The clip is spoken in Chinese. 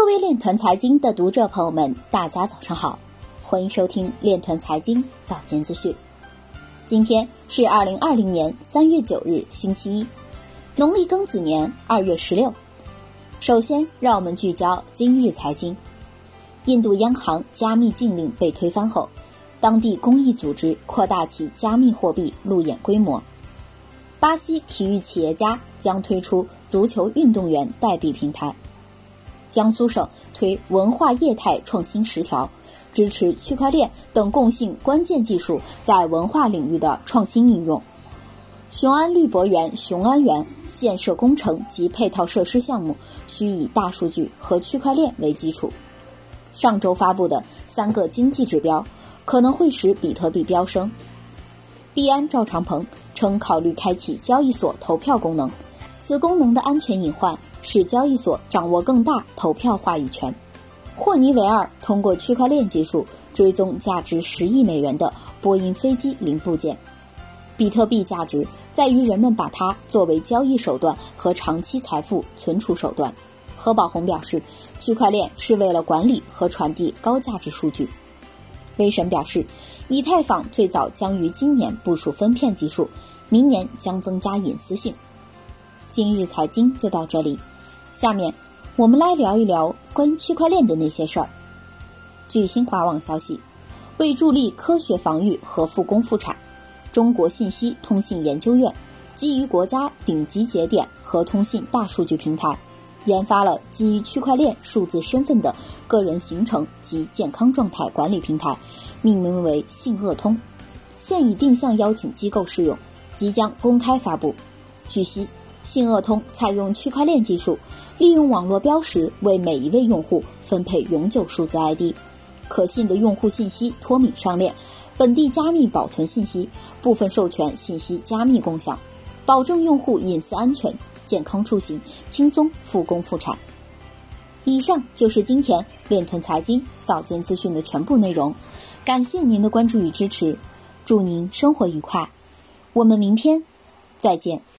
各位链团财经的读者朋友们，大家早上好，欢迎收听链团财经早间资讯。今天是2020年3月9日星期一，农历庚子年2月16。首先让我们聚焦今日财经。印度央行加密禁令被推翻后，当地公益组织扩大其加密货币路演规模。巴西体育企业家将推出足球运动员代币平台。江苏省推文化业态创新10条，支持区块链等共性关键技术在文化领域的创新应用。雄安绿博园雄安园建设工程及配套设施项目需以大数据和区块链为基础。上周发布的3个经济指标可能会使比特币飙升。币安赵长鹏称考虑开启交易所投票功能，此功能的安全隐患使交易所掌握更大投票话语权。霍尼韦尔通过区块链技术追踪价值10亿美元的波音飞机零部件。比特币价值在于人们把它作为交易手段和长期财富存储手段。何宝红表示，区块链是为了管理和传递高价值数据。威神表示，以太坊最早将于今年部署分片技术，明年将增加隐私性。今日财经就到这里，下面我们来聊一聊关于区块链的那些事儿。据新华网消息，为助力科学防御和复工复产，中国信息通信研究院基于国家顶级节点和通信大数据平台，研发了基于区块链数字身份的个人行程及健康状态管理平台，命名为信恶通，现已定向邀请机构试用，即将公开发布。据悉，信恶通采用区块链技术，利用网络标识为每一位用户分配永久数字 ID， 可信的用户信息脱敏上链，本地加密保存信息，部分授权信息加密共享，保证用户隐私安全，健康出行，轻松复工复产。以上就是今天链团财经早间资讯的全部内容，感谢您的关注与支持，祝您生活愉快，我们明天再见。